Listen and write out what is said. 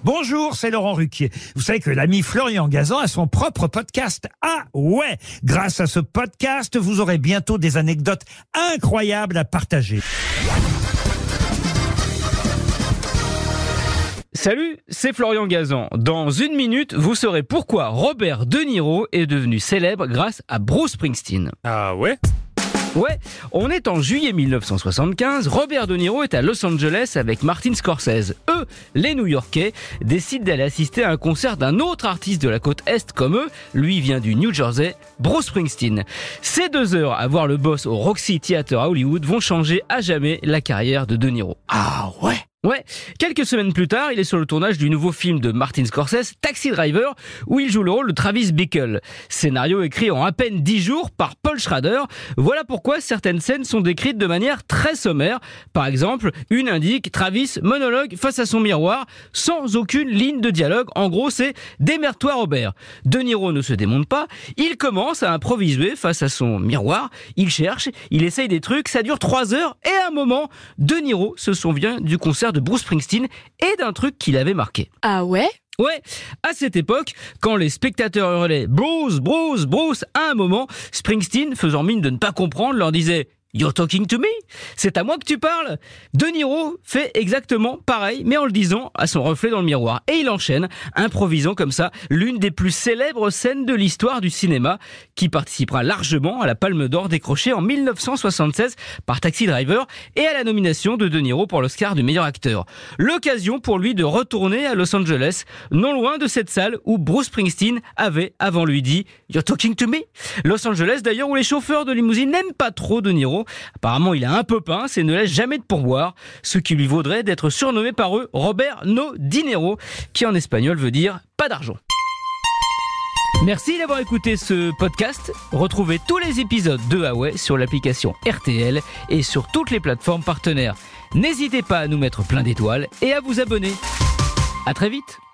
Bonjour, c'est Laurent Ruquier. Vous savez que l'ami Florian Gazan a son propre podcast. Ah ouais! Grâce à ce podcast, vous aurez bientôt des anecdotes incroyables à partager. Salut, c'est Florian Gazan. Dans une minute, vous saurez pourquoi Robert De Niro est devenu célèbre grâce à Bruce Springsteen. Ah ouais? Ouais, on est en juillet 1975, Robert De Niro est à Los Angeles avec Martin Scorsese. Eux, les New-Yorkais, décident d'aller assister à un concert d'un autre artiste de la côte Est comme eux, lui vient du New Jersey, Bruce Springsteen. Ces 2 heures à voir le boss au Roxy Theatre à Hollywood vont changer à jamais la carrière de De Niro. Ah ouais? Ouais, quelques semaines plus tard, il est sur le tournage du nouveau film de Martin Scorsese, Taxi Driver, où il joue le rôle de Travis Bickle. Scénario écrit en à peine 10 jours par Paul Schrader. Voilà pourquoi certaines scènes sont décrites de manière très sommaire. Par exemple, une indique Travis monologue face à son miroir, sans aucune ligne de dialogue. En gros, c'est « démerde-toi Robert ». De Niro ne se démonte pas, il commence à improviser face à son miroir, il cherche, il essaye des trucs, ça dure 3 heures, et à un moment, De Niro se souvient du concert de Bruce Springsteen et d'un truc qui l'avait marqué. Ah ouais? Ouais, à cette époque, quand les spectateurs hurlaient « Bruce, Bruce, Bruce », à un moment, Springsteen, faisant mine de ne pas comprendre, leur disait « You're talking to me ? C'est à moi que tu parles ?» De Niro fait exactement pareil, mais en le disant à son reflet dans le miroir. Et il enchaîne, improvisant comme ça, l'une des plus célèbres scènes de l'histoire du cinéma, qui participera largement à la Palme d'Or décrochée en 1976 par Taxi Driver et à la nomination de Niro pour l'Oscar du meilleur acteur. L'occasion pour lui de retourner à Los Angeles, non loin de cette salle où Bruce Springsteen avait avant lui dit « You're talking to me ?» Los Angeles d'ailleurs où les chauffeurs de limousine n'aiment pas trop De Niro. Apparemment, il a un peu pince et ne laisse jamais de pourboire, ce qui lui vaudrait d'être surnommé par eux Robert No Dinero, qui en espagnol veut dire pas d'argent. Merci d'avoir écouté ce podcast. Retrouvez tous les épisodes de Ah ouais sur l'application RTL et sur toutes les plateformes partenaires. N'hésitez pas à nous mettre plein d'étoiles et à vous abonner. À très vite.